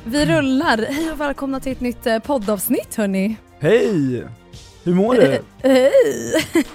Vi rullar. Hej och välkomna till ett nytt poddavsnitt, hörni. Hej! Hur mår du? Hej!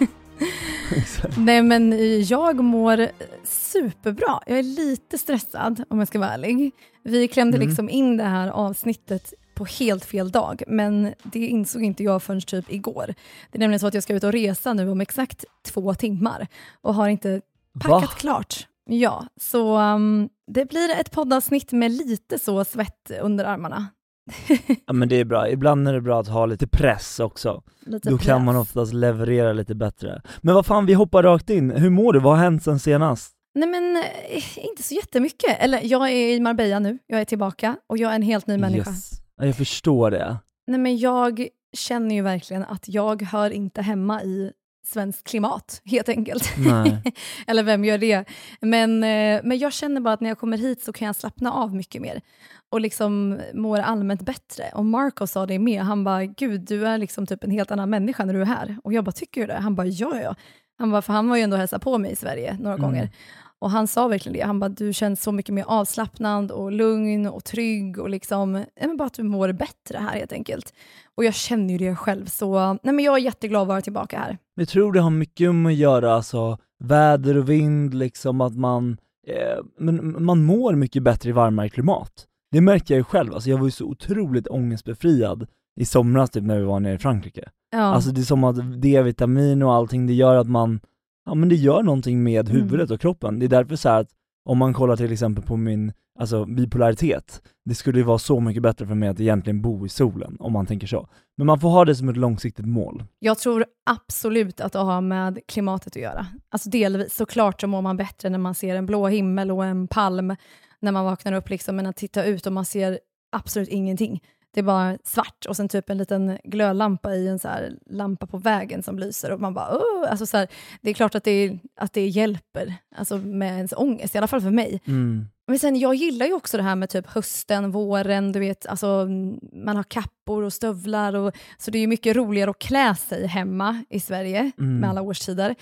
Nej, men jag mår superbra. Jag är lite stressad, om jag ska vara ärlig. Vi klämde liksom in det här avsnittet på helt fel dag, men det insåg inte jag förrän typ igår. Det är nämligen så att jag ska ut och resa nu om exakt 2 timmar och har inte packat klart. Ja, så det blir ett poddavsnitt med lite så svett under armarna. Ja, men det är bra. Ibland är det bra att ha lite press också. Då kan man oftast leverera lite bättre. Men vad fan, vi hoppar rakt in. Hur mår du? Vad har hänt sen senast? Nej, men inte så jättemycket. Eller jag är i Marbella nu. Jag är tillbaka och jag är en helt ny människa. Yes. Jag förstår det. Nej, men jag känner ju verkligen att jag hör inte hemma i svensk klimat, helt enkelt. Nej. Eller vem gör det? Men jag känner bara att när jag kommer hit så kan jag slappna av mycket mer. Och liksom mår allmänt bättre. Och Marco sa det med. Han bara, gud, du är liksom typ en helt annan människa när du är här. Och jag bara, tycker du det? Han bara, ja. Han bara, för han var ju ändå hälsa på mig i Sverige några gånger. Och han sa verkligen det. Han bara, du känns så mycket mer avslappnad och lugn och trygg. Och liksom, bara att du mår bättre här helt enkelt. Och jag känner ju det själv. Så men jag är jätteglad att vara tillbaka här. Jag tror det har mycket om att göra. Alltså, väder och vind, liksom att man mår mycket bättre i varmare klimat. Det märker jag ju själv. Alltså, jag var ju så otroligt ångestbefriad i somras typ, när vi var nere i Frankrike. Ja. Alltså det är som att D-vitamin och allting, det gör att man, ja, men det gör någonting med huvudet och kroppen. Det är därför så här att om man kollar till exempel på min bipolaritet, det skulle ju vara så mycket bättre för mig att egentligen bo i solen, om man tänker så. Men man får ha det som ett långsiktigt mål. Jag tror absolut att det har med klimatet att göra. Alltså delvis, såklart så mår man bättre när man ser en blå himmel och en palm när man vaknar upp liksom, men att titta ut och man ser absolut ingenting. Det är bara svart och sen typ en liten glödlampa i en så här lampa på vägen som lyser och man bara alltså så här, det är klart att det hjälper alltså med ens ångest, i alla fall för mig. Men sen jag gillar ju också det här med typ hösten, våren, du vet, alltså man har kappor och stövlar och så det är ju mycket roligare att klä sig hemma i Sverige med alla årstider.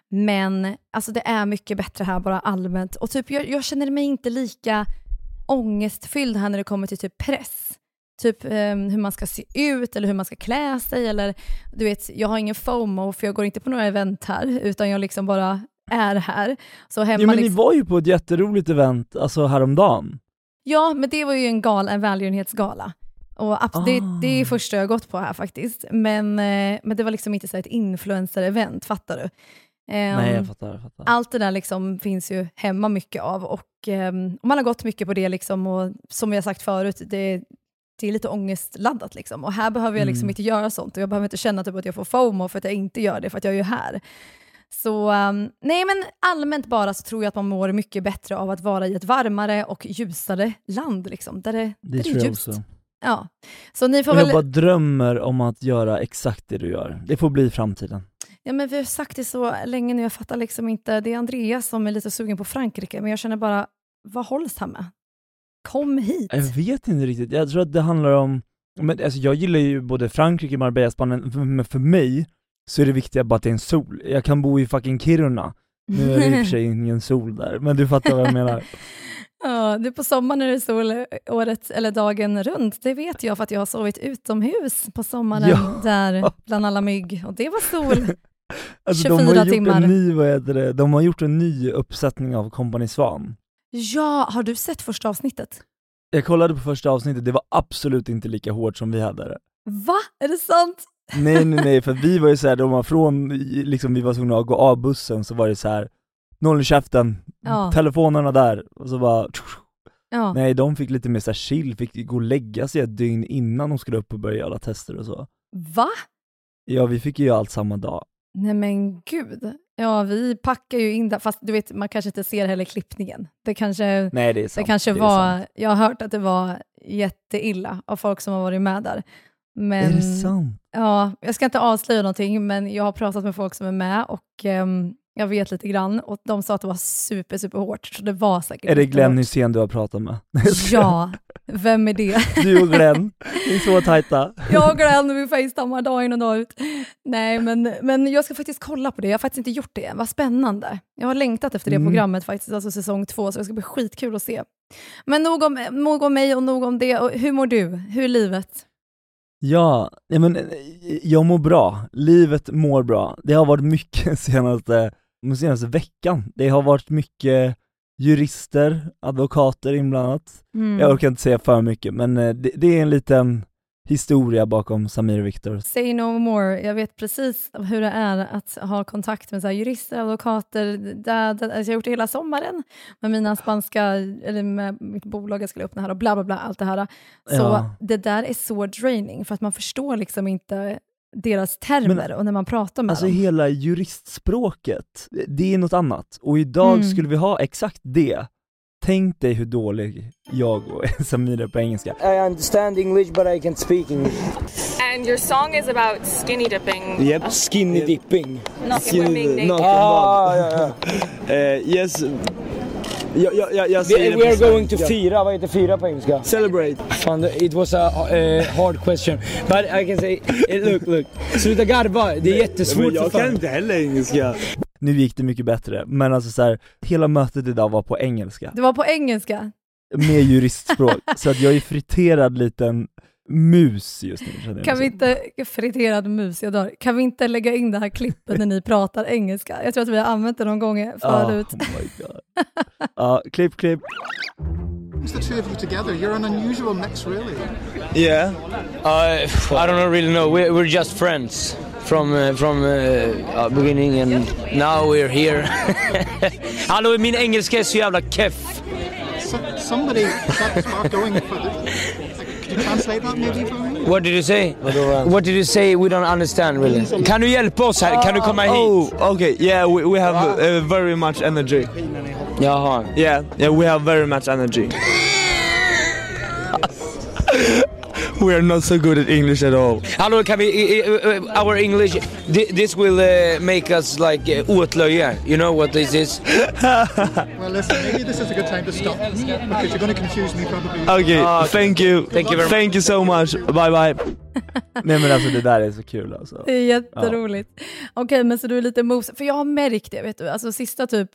Men alltså det är mycket bättre här bara allmänt och typ jag känner mig inte lika ångestfylld här när det kommer till typ press. Typ hur man ska se ut eller hur man ska klä sig eller du vet, jag har ingen FOMO för jag går inte på några event här utan jag liksom bara är här. Så hemma men ni var ju på ett jätteroligt event alltså häromdagen. Ja, men det var ju en välgörenhetsgala. Och det är första jag gått på här faktiskt. Men det var liksom inte så ett influencer-event, fattar du? Nej, jag fattar. Allt det där liksom finns ju hemma mycket av och man har gått mycket på det liksom och som jag sagt förut, det är lite ångestladdat liksom. Och här behöver jag liksom inte göra sånt och jag behöver inte känna typ att jag får FOMO för att jag inte gör det för att jag är ju här. Så nej, men allmänt bara så tror jag att man mår mycket bättre av att vara i ett varmare och ljusare land liksom, där det är ljust. Också. Ja. Så ni får jag bara drömmer om att göra exakt det du gör. Det får bli framtiden. Ja, men vi har sagt det så länge nu, jag fattar liksom inte. Det är Andreas som är lite sugen på Frankrike, men jag känner bara, vad hålls han med? Kom hit. Jag vet inte riktigt. Jag tror att det handlar om, men alltså jag gillar ju både Frankrike, Marbella, Spanien, men för mig så är det viktiga bara att det är en sol. Jag kan bo i fucking Kiruna. Nu är det i och för sig ingen sol där, men du fattar vad jag menar. Ja, det är på sommaren när det är sol året eller dagen runt. Det vet jag för att jag har sovit utomhus på sommaren där bland alla mygg. Och det var sol. Alltså 24 timmar. De har gjort en ny uppsättning av Company Svan. Ja, har du sett första avsnittet? Jag kollade på första avsnittet, det var absolut inte lika hårt som vi hade det. Va? Är det sant? Nej, för vi var ju såhär, de var från, liksom vi var tvungna att gå av bussen, så var det så här: noll i käften, telefonerna där, och så bara nej, de fick lite mer så här chill, fick gå och lägga sig ett dygn innan de skulle upp och börja alla tester och så. Va? Ja, vi fick ju allt samma dag. Nej men gud. Ja, vi packar ju in där, fast du vet, man kanske inte ser heller klippningen. Det kanske, nej, det är sant. Det kanske var, jag har hört att det var jätteilla av folk som har varit med där. Men, är det sant? Ja, jag ska inte avslöja någonting, men jag har pratat med folk som är med och Jag vet lite grann och de sa att det var super hårt, så det var säkert. Är det Glenn Hysén du har pratat med? Ja, vem är det? Du och Glenn, ni är så tajta. Jag och Glenn, vi facetammar dag in och dag ut. Nej, men jag ska faktiskt kolla på det. Jag har faktiskt inte gjort det. Vad spännande. Jag har längtat efter det programmet faktiskt, alltså säsong 2, så det ska bli skitkul att se. Men nog om mig och nog om det. Och hur mår du? Hur är livet? Ja, men jag mår bra. Livet mår bra. Det har varit mycket senaste veckan. Det har varit mycket jurister, advokater inblandat. Jag orkar inte säga för mycket, men det är en liten historia bakom Samir och Viktor. Say no more. Jag vet precis hur det är att ha kontakt med så här jurister, advokater. Alltså jag har gjort det hela sommaren med mina spanska, eller med mitt bolag jag skulle öppna här och bla bla bla, allt det här. Så det där är så draining, för att man förstår liksom inte deras termer och när man pratar med dem. Hela juristspråket, det är något annat. Och idag skulle vi ha exakt det. Tänk dig hur dålig jag och Samir är på engelska. I understand English but I can't speak English. And your song is about skinny dipping. Yep, skinny dipping. Not swimming naked. Yes. Jag säger we are going to fira, vad heter fira på engelska? Celebrate. Fan, it was a hard question. But I can say, look. Sluta garva, det är jättesvårt. Men jag kan inte heller engelska. Nu gick det mycket bättre, men alltså så här, hela mötet idag var på engelska. Det var på engelska? Med juristspråk, så att jag är friterad liten mus just nu. Kan vi inte, friterad mus, kan vi inte lägga in det här klippet när ni pratar engelska? Jag tror att vi har använt det någon gång förut. Oh my god. Klipp. It's the two of you together. You're an unusual mix, really. Yeah. I don't really know. We're just friends from beginning and now we're here. Hallå, min engelska är så jävla keff. Somebody start going for the... Could you translate that maybe for me? What did you say? What did you say? We don't understand really. Kan du hjälpa oss här? Kan du komma hit? Oh, okay. Yeah, we have very much energy. Jaha. Yeah, we have very much energy. We are not so good at English at all. Hallå, kan vi... our English... This will make us like åtlöje. You know what this is? Well, listen, maybe this is a good time to stop. Because you're going to confuse me probably. Okay, thank you. Thank you very much. Thank you so much. Bye. Nej men alltså det där är så kul alltså. Det är jätteroligt. Okej, men så du är lite mos. För jag har märkt det, vet du. Alltså sista typ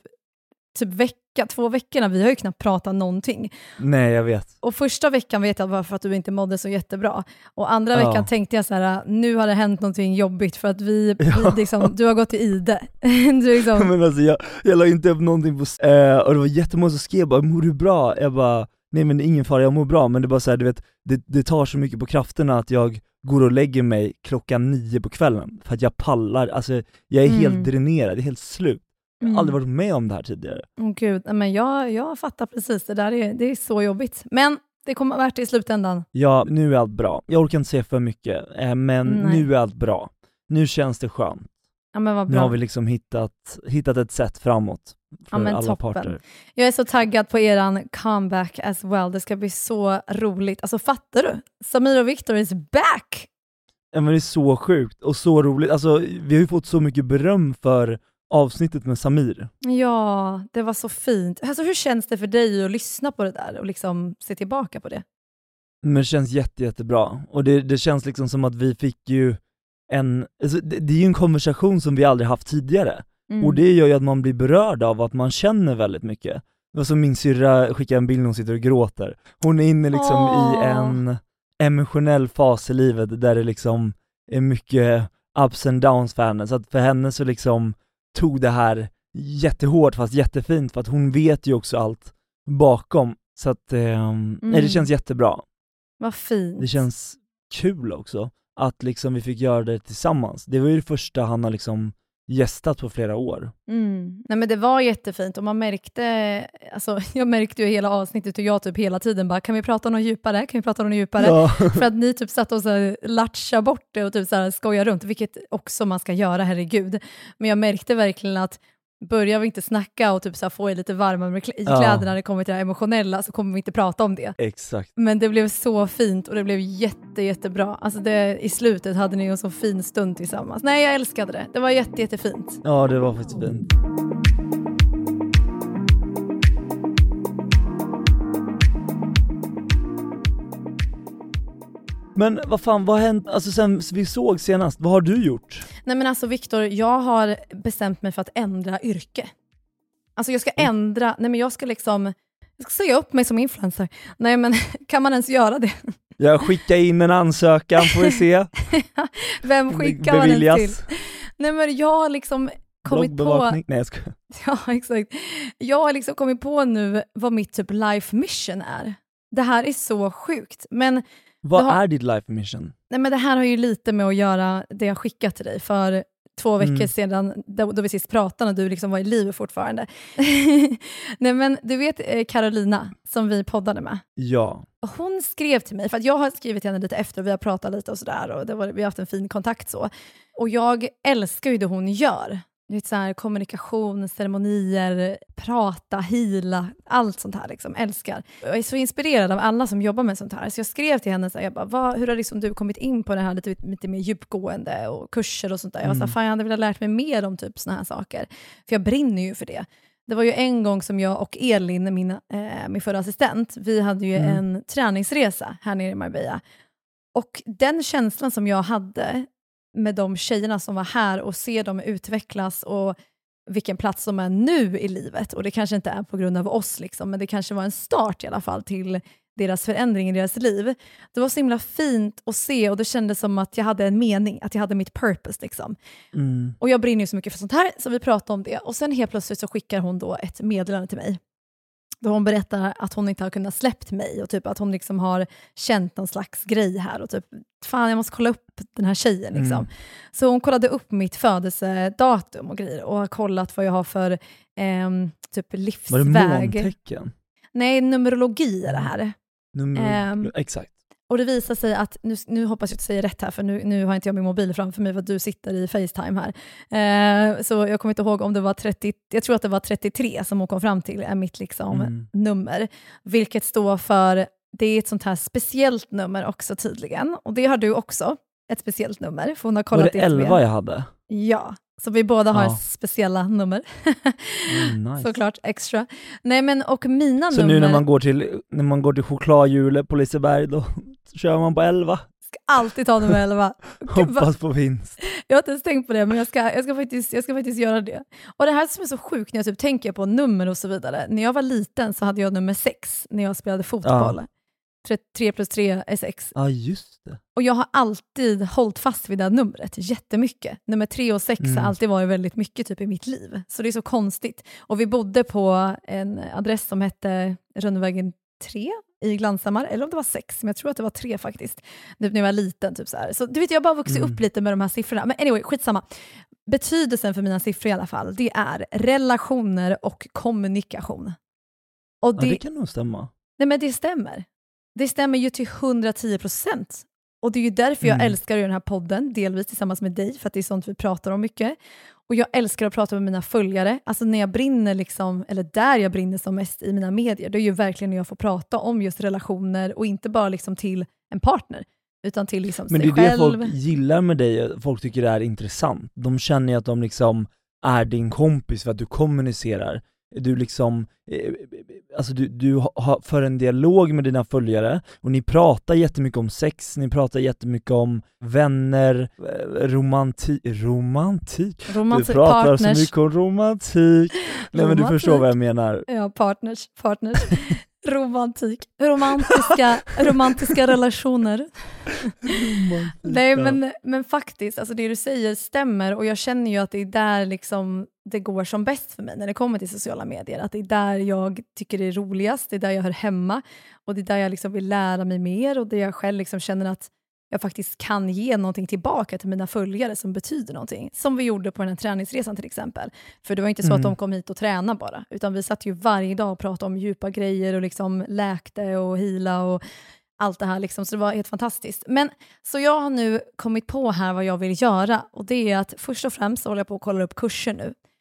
2 veckorna, vi har ju knappt pratat någonting. Nej, jag vet. Och första veckan vet jag varför att du inte mådde så jättebra. Och andra veckan tänkte jag så här, nu har det hänt någonting jobbigt för att vi liksom, du har gått till ide. Du liksom... Men alltså jag la inte upp någonting på och det var jättemånga som skrev bara, mår du bra? Jag bara, nej men det är ingen fara, jag mår bra. Men det är bara så här, du vet, det tar så mycket på krafterna att jag går och lägger mig 9:00 på kvällen. För att jag pallar, alltså jag är helt dränerad, jag är helt slut. Jag har aldrig varit med om det här tidigare. Gud, men jag fattar precis. Det är så jobbigt. Men det kommer värt det i slutändan. Ja, nu är allt bra. Jag orkar inte säga för mycket, men nu är allt bra. Nu känns det skönt. Ja, men vad bra. Nu har vi liksom hittat ett sätt framåt för alla toppen. parter. Jag är så taggad på eran comeback as well. Det ska bli så roligt. Alltså fattar du? Samir och Viktor is back! Ja, men det är så sjukt och så roligt. Alltså, vi har ju fått så mycket beröm för avsnittet med Samir. Ja, det var så fint. Alltså, hur känns det för dig att lyssna på det där och liksom se tillbaka på det? Men det känns jättebra. Och det känns liksom som att vi fick ju alltså, det är ju en konversation som vi aldrig haft tidigare. Och det gör ju att man blir berörd av att man känner väldigt mycket. Det var som min syrra skickade en bild när hon sitter och gråter. Hon är inne liksom i en emotionell fas i livet där det liksom är mycket ups and downs för henne. Så att för henne så liksom tog det här jättehårt fast jättefint, för att hon vet ju också allt bakom. Så att nej, det känns jättebra. Vad fint. Det känns kul också att liksom vi fick göra det tillsammans. Det var ju det första han har liksom gästat på flera år. Nej, men det var jättefint och man märkte, alltså jag märkte ju hela avsnittet och jag typ hela tiden bara, kan vi prata något djupare? Kan vi prata något djupare? Ja. För att ni typ satt och så latcha bort det och typ så här skoja runt, vilket också man ska göra, herregud. Men jag märkte verkligen att börjar vi inte snacka och typ så här få lite varmare i kläderna när det kommer till det här emotionella, så kommer vi inte prata om det. Exakt. Men det blev så fint och det blev jättebra. Alltså i slutet hade ni en så fin stund tillsammans. Nej, jag älskade det. Det var jättefint. Ja, det var faktiskt fint. Men vad har hänt, alltså sen vi såg senast, vad har du gjort? Nej men alltså Viktor, jag har bestämt mig för att ändra yrke. Alltså jag ska ändra, jag ska säga upp mig som influencer. Nej men kan man ens göra det? Jag skickar in en ansökan, får vi se. Vem skickar man den till? Nej men jag har liksom kommit på... Nej, jag ska... Ja, exakt. Jag har liksom kommit på nu vad mitt typ life mission är. Det här är så sjukt, men... Vad är ditt life mission? Nej men det här har ju lite med att göra det jag skickat till dig för 2 veckor sedan då vi sist pratade och du liksom var i livet fortfarande. Nej men du vet Carolina som vi poddade med. Ja. Hon skrev till mig, för att jag har skrivit till henne lite efter och vi har pratat lite och sådär och vi har haft en fin kontakt så. Och jag älskar ju det hon gör. Det är så här, kommunikation, ceremonier, prata, heala, allt sånt här liksom, älskar. Jag är så inspirerad av alla som jobbar med sånt här. Så jag skrev till henne så här, jag bara, hur har liksom du kommit in på det här lite mer djupgående och kurser och sånt där. Jag var så här, fan jag hade velat lärt mig mer om typ såna här saker. För jag brinner ju för det. Det var ju en gång som jag och Elin, min förra assistent, vi hade ju en träningsresa här nere i Marbella. Och den känslan som jag hade med de tjejerna som var här och se dem utvecklas och vilken plats de är nu i livet. Och det kanske inte är på grund av oss liksom, men det kanske var en start i alla fall till deras förändring i deras liv. Det var så himla fint att se och det kändes som att jag hade en mening, att jag hade mitt purpose liksom. Och jag brinner ju så mycket för sånt här, så vi pratade om det. Och sen helt plötsligt så skickar hon då ett meddelande till mig. Då hon berättar att hon inte har kunnat släppt mig och typ att hon liksom har känt någon slags grej här och typ, fan jag måste kolla upp den här tjejen liksom. Så hon kollade upp mitt födelsedatum och grejer och har kollat vad jag har för typ livsväg. Var det måntecken? Nej, numerologi är det här. Exakt. Och det visar sig att, nu hoppas jag att jag säger rätt här för nu har inte jag min mobil framför mig för att du sitter i FaceTime här. Så jag kommer inte ihåg om det var 30, jag tror att det var 33 som hon kom fram till är mitt liksom nummer. Vilket står för, det är ett sånt här speciellt nummer också tydligen. Och det har du också, ett speciellt nummer. För hon har kollat var det 11 jag hade? Ja, så vi båda har speciella nummer. Nice. Såklart extra. Nej men och mina så nummer... Så nu när man går till chokladhjulet på Liseberg då kör man på 11? Ska alltid ta nummer 11. Hoppas på vinst. Jag har inte ens tänkt på det, men jag ska faktiskt göra det. Och det här som är så sjukt när jag typ tänker på nummer och så vidare. När jag var liten så hade jag nummer 6 när jag spelade fotboll. 3 + 3 är 6. Ja, just det. Och jag har alltid hållit fast vid det här numret jättemycket. Nummer 3 och 6 har alltid varit väldigt mycket typ i mitt liv. Så det är så konstigt. Och vi bodde på en adress som hette Rönnvägen 3 i Glanshammar. Eller om det var 6, men jag tror att det var 3 faktiskt. När jag var liten. Typ så här. Så du vet, jag har bara vuxit upp lite med de här siffrorna. Men anyway, skitsamma. Betydelsen för mina siffror i alla fall, det är relationer och kommunikation. Och det kan nog stämma. Nej men det stämmer. Det stämmer ju till 110%. Och det är ju därför jag älskar den här podden, delvis tillsammans med dig, för att det är sånt vi pratar om mycket. Och jag älskar att prata med mina följare. Alltså när jag brinner liksom, eller där jag brinner som mest i mina medier, det är ju verkligen när jag får prata om just relationer och inte bara liksom till en partner, utan till liksom sig själv. Men det är det folk gillar med dig, folk tycker det är intressant. De känner ju att de liksom är din kompis för att du kommunicerar. Du liksom, alltså du för en dialog med dina följare och ni pratar jättemycket om sex, ni pratar jättemycket om vänner, romantik. Du pratar partners. Så mycket om romantik. Nej men du förstår vad jag menar. Ja, partners. Romantiska relationer. Nej men faktiskt, alltså det du säger stämmer och jag känner ju att det är där liksom det går som bäst för mig när det kommer till sociala medier. Att det är där jag tycker det är roligast, det är där jag hör hemma och det är där jag liksom vill lära mig mer och det jag själv liksom känner att jag faktiskt kan ge någonting tillbaka till mina följare som betyder någonting. Som vi gjorde på den här träningsresan till exempel. För det var inte så att de kom hit och tränade bara. Utan vi satt ju varje dag och pratade om djupa grejer och liksom läkte och heala och allt det här liksom. Så det var helt fantastiskt. Men så jag har nu kommit på här vad jag vill göra. Och det är att först och främst så håller jag på att kolla upp kurser nu.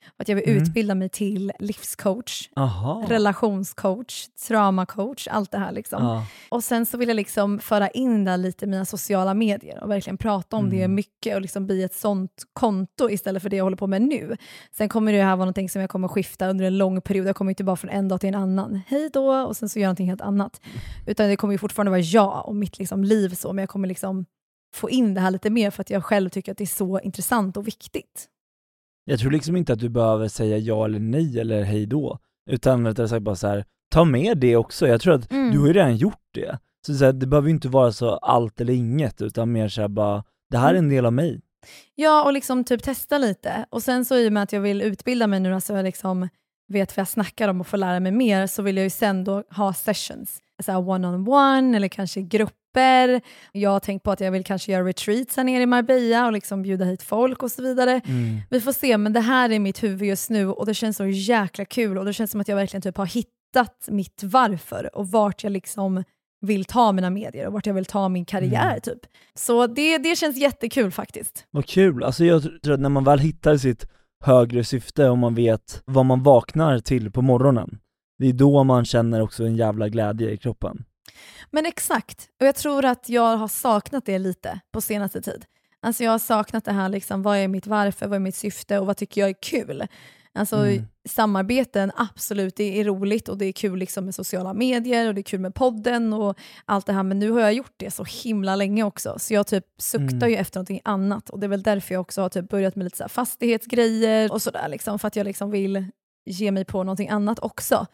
Att jag vill utbilda mig till livscoach, relationscoach, traumacoach, allt det här liksom. Och sen så vill jag liksom föra in där lite mina sociala medier och verkligen prata om det mycket och liksom bli ett sånt konto istället för det jag håller på med nu. Sen kommer det här vara någonting som jag kommer skifta under en lång period. Jag kommer inte bara från en dag till en annan. Hej då, och sen så gör jag någonting helt annat. Utan det kommer ju fortfarande vara jag och mitt liksom liv så, men jag kommer liksom få in det här lite mer för att jag själv tycker att det är så intressant och viktigt. Jag tror liksom inte att du behöver säga ja eller nej eller hej då, utan rättare sagt bara så här, ta med det också. Jag tror att du har ju redan gjort det. Så här, det behöver ju inte vara så allt eller inget, utan mer så här bara, det här är en del av mig. Ja, och liksom typ testa lite. Och sen så i och med att jag vill utbilda mig nu, alltså jag liksom vet vad jag snackar om och får lära mig mer, så vill jag ju sen då ha sessions. Så här one-on-one eller kanske grupper. Jag har tänkt på att jag vill kanske göra retreats här nere i Marbella och liksom bjuda hit folk och så vidare. Vi får se, men det här är mitt huvud just nu och det känns så jäkla kul och det känns som att jag verkligen typ har hittat mitt varför och vart jag liksom vill ta mina medier och vart jag vill ta min karriär typ. Så det känns jättekul faktiskt. Vad kul, alltså jag tror att när man väl hittar sitt högre syfte och man vet vad man vaknar till på morgonen, det är då man känner också en jävla glädje i kroppen. Men exakt, och jag tror att jag har saknat det lite på senaste tid. Alltså jag har saknat det här liksom, vad är mitt varför, vad är mitt syfte och vad tycker jag är kul. Alltså samarbeten, absolut, det är roligt och det är kul liksom med sociala medier och det är kul med podden och allt det här, men nu har jag gjort det så himla länge också, så jag typ suktar ju efter någonting annat och det är väl därför jag också har typ börjat med lite så här fastighetsgrejer och sådär liksom, för att jag liksom vill ge mig på någonting annat också.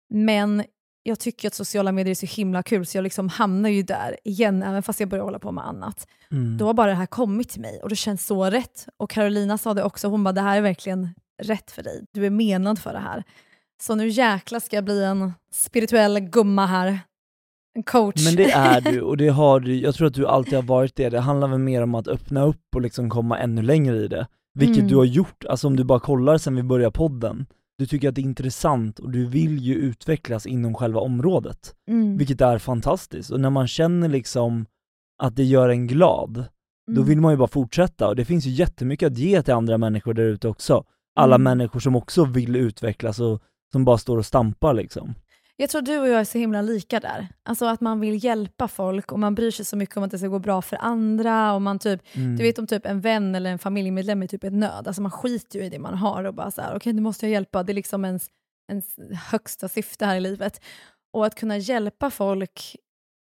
Men jag tycker att sociala medier är så himla kul så jag liksom hamnar ju där igen även fast jag börjar hålla på med annat. Då har bara det här kommit till mig och det känns så rätt. Och Carolina sa det också, hon bara, det här är verkligen rätt för dig. Du är menad för det här. Så nu jäkla ska jag bli en spirituell gumma här. En coach. Men det är du och det har du. Jag tror att du alltid har varit det. Det handlar väl mer om att öppna upp och liksom komma ännu längre i det. Vilket du har gjort. Alltså om du bara kollar sen vi börjar podden. Du tycker att det är intressant och du vill ju utvecklas inom själva området. Vilket är fantastiskt. Och när man känner liksom att det gör en glad, då vill man ju bara fortsätta. Och det finns ju jättemycket att ge till andra människor där ute också. Alla människor som också vill utvecklas och som bara står och stampar liksom. Jag tror du och jag är så himla lika där. Alltså att man vill hjälpa folk och man bryr sig så mycket om att det ska gå bra för andra och man typ, du vet om typ en vän eller en familjemedlem är typ ett nöd. Alltså man skiter ju i det man har och bara så här, okej, nu måste jag hjälpa. Det är liksom ens högsta syfte här i livet. Och att kunna hjälpa folk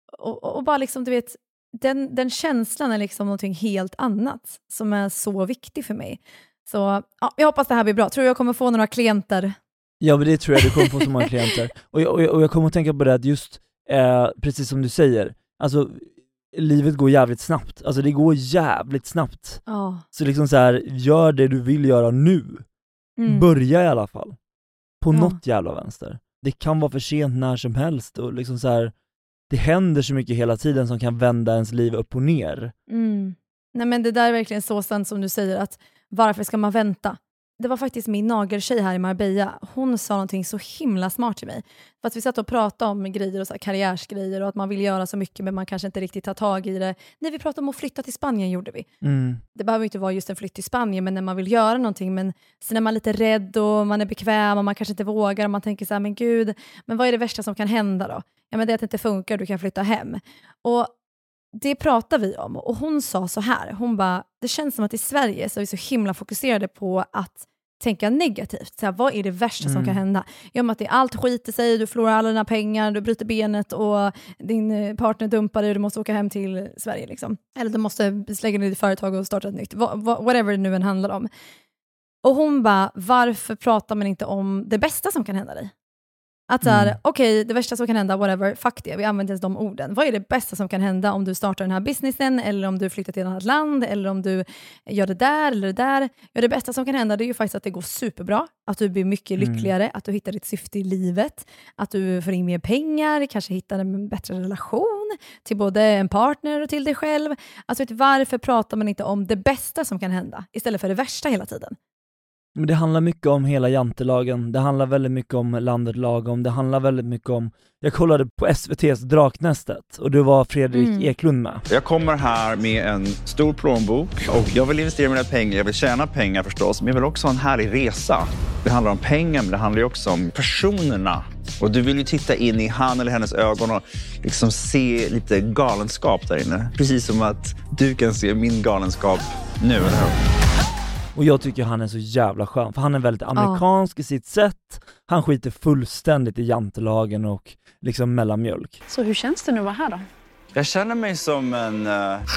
och bara liksom, du vet, den känslan är liksom någonting helt annat som är så viktig för mig. Så ja, jag hoppas det här blir bra. Tror jag kommer få några klienter. Ja, men det tror jag, du kommer få så många klienter. Och jag kommer att tänka på det att just, precis som du säger, alltså livet går jävligt snabbt. Alltså det går jävligt snabbt. Så liksom så här, gör det du vill göra nu. Börja i alla fall. På något jävla vänster. Det kan vara för sent när som helst. Och liksom så här, det händer så mycket hela tiden som kan vända ens liv upp och ner. Nej, men det där är verkligen så sant som du säger, att varför ska man vänta? Det var faktiskt min nageltjej här i Marbella. Hon sa någonting så himla smart till mig. För att vi satt och pratade om grejer och så här karriärsgrejer och att man vill göra så mycket men man kanske inte riktigt tar tag i det. Nej, vi pratade om att flytta till Spanien, gjorde vi. Det behöver inte vara just en flytt till Spanien, men när man vill göra någonting, men sen är man lite rädd och man är bekväm och man kanske inte vågar och man tänker så här, men gud, men vad är det värsta som kan hända då? Ja, men det är att det inte funkar, du kan flytta hem. Och det pratar vi om och hon sa så här, hon bara, det känns som att i Sverige så är vi så himla fokuserade på att tänka negativt. Så här, vad är det värsta som kan hända? Ja, men att det allt skiter sig, du förlorar alla dina pengar, du bryter benet och din partner dumpar dig och du måste åka hem till Sverige liksom. Eller du måste lägga ner ditt företag och starta ett nytt. Whatever det nu än handlar om. Och hon bara, varför pratar man inte om det bästa som kan hända dig? Att så här, okej, det värsta som kan hända, whatever, fuck det, vi använder ens de orden. Vad är det bästa som kan hända om du startar den här businessen, eller om du flyttar till ett annat land, eller om du gör det där eller det där? Ja, det bästa som kan hända, det är ju faktiskt att det går superbra, att du blir mycket lyckligare, att du hittar ditt syfte i livet, att du får in mer pengar, kanske hittar en bättre relation till både en partner och till dig själv. Alltså varför pratar man inte om det bästa som kan hända istället för det värsta hela tiden? Men det handlar mycket om hela jantelagen. Det handlar väldigt mycket om landet lagom. Det handlar väldigt mycket om... Jag kollade på SVT:s Draknästet och det var Fredrik Eklund med. Jag kommer här med en stor plånbok och jag vill investera mina pengar. Jag vill tjäna pengar förstås, men jag vill också ha en härlig resa. Det handlar om pengar, men det handlar ju också om personerna. Och du vill ju titta in i han eller hennes ögon och liksom se lite galenskap där inne. Precis som att du kan se min galenskap nu, eller hur? Och jag tycker han är så jävla skön, för han är väldigt amerikansk i sitt sätt. Han skiter fullständigt i jantelagen och liksom mellanmjölk. Så hur känns det nu att vara här då? Jag känner mig som en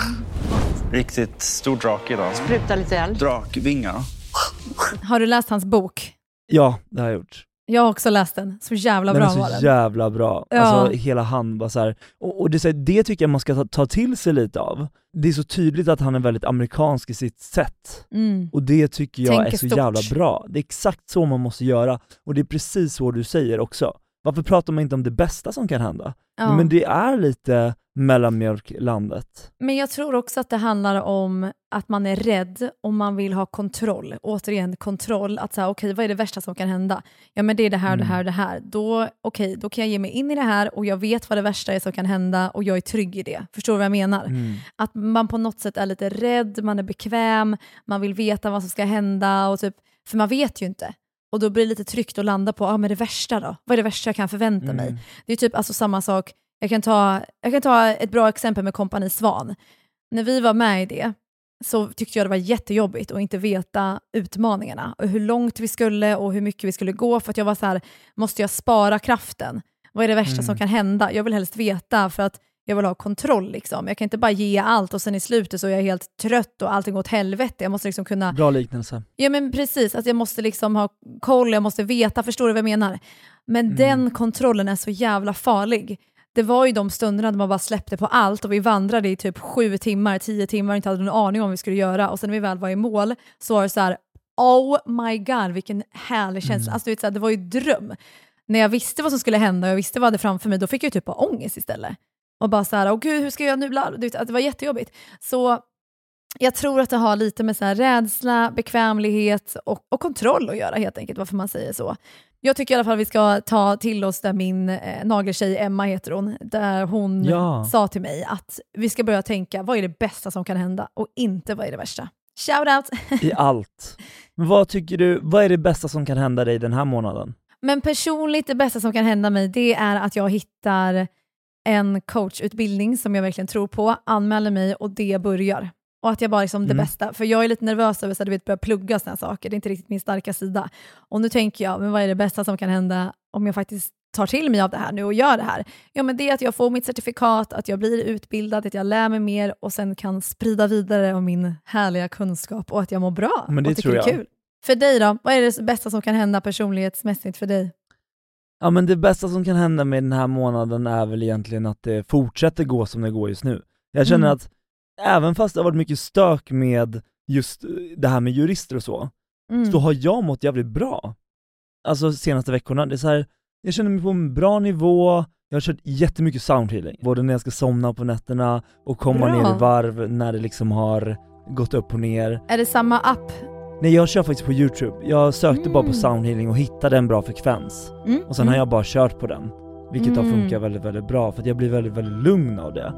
riktigt stor drake idag. Spruta lite eld. Drakvingar. Har du läst hans bok? Ja, det har jag gjort. Jag har också läst den. Så jävla bra var den. Den är så jävla bra. Ja. Alltså hela han bara så här. Och det tycker jag man ska ta till sig lite av. Det är så tydligt att han är väldigt amerikansk i sitt sätt. Och det tycker jag är så jävla bra. Det är exakt så man måste göra. Och det är precis så du säger också. Varför pratar man inte om det bästa som kan hända? Ja. Men det är lite mellanmjölklandet. Men jag tror också att det handlar om att man är rädd och man vill ha kontroll. Återigen, kontroll. Att säga, okej, vad är det värsta som kan hända? Ja, men det är det här, det här, det här. Då kan jag ge mig in i det här och jag vet vad det värsta är som kan hända och jag är trygg i det. Förstår du vad jag menar? Att man på något sätt är lite rädd, man är bekväm, man vill veta vad som ska hända och typ, för man vet ju inte. Och då blir det lite tryggt att landa på, men det värsta då? Vad är det värsta jag kan förvänta mig? Det är typ alltså samma sak. Jag kan ta ett bra exempel med Kompani Svan. När vi var med i det så tyckte jag det var jättejobbigt att inte veta utmaningarna. Och hur långt vi skulle och hur mycket vi skulle gå. För att jag var så här, måste jag spara kraften? Vad är det värsta som kan hända? Jag vill helst veta för att jag vill ha kontroll liksom. Jag kan inte bara ge allt och sen i slutet så är jag helt trött och allting går åt helvete. Jag måste liksom kunna... Bra liknelse. Ja men precis, att jag måste liksom ha koll, jag måste veta, förstår du vad jag menar? Men den kontrollen är så jävla farlig. Det var ju de stunderna när man bara släppte på allt och vi vandrade i typ 7 timmar, 10 timmar, inte hade någon aning om vad vi skulle göra. Och sen när vi väl var i mål så var det så här, oh my god, vilken härlig känsla. Alltså, du vet, så här, det var ju dröm. När jag visste vad som skulle hända och jag visste vad jag hade framför mig, då fick jag typ bara ångest istället. Och bara så här, åh gud, hur ska jag nu? Du vet, att det var jättejobbigt. Så jag tror att det har lite med så här rädsla, bekvämlighet och kontroll att göra helt enkelt, varför man säger så. Jag tycker i alla fall vi ska ta till oss där min nageltjej Emma heter hon, där hon sa till mig att vi ska börja tänka, vad är det bästa som kan hända och inte vad är det värsta. Shout out! I allt. Men vad tycker du, vad är det bästa som kan hända dig den här månaden? Men personligt, det bästa som kan hända mig, det är att jag hittar en coachutbildning som jag verkligen tror på, anmäler mig och det börjar. Och att jag bara liksom det bästa. För jag är lite nervös över att börja plugga såna saker. Det är inte riktigt min starka sida. Och nu tänker jag, men vad är det bästa som kan hända om jag faktiskt tar till mig av det här nu och gör det här? Ja, men det är att jag får mitt certifikat, att jag blir utbildad, att jag lär mig mer och sen kan sprida vidare om min härliga kunskap och att jag mår bra. Men det och tror jag. Det är kul. För dig då? Vad är det bästa som kan hända personlighetsmässigt för dig? Ja, men det bästa som kan hända med den här månaden är väl egentligen att det fortsätter gå som det går just nu. Jag känner att även fast det har varit mycket stök med just det här med jurister och så har jag mått jävligt bra. Alltså senaste veckorna. Det är så här, jag känner mig på en bra nivå. Jag har kört jättemycket soundhealing. Både när jag ska somna på nätterna och komma ner i varv när det liksom har gått upp och ner. Är det samma app? Nej, jag kör faktiskt på YouTube. Jag sökte bara på soundhealing och hittade en bra frekvens. Och sen har jag bara kört på den. Vilket har funkat väldigt, väldigt bra. För att jag blir väldigt, väldigt lugn av det.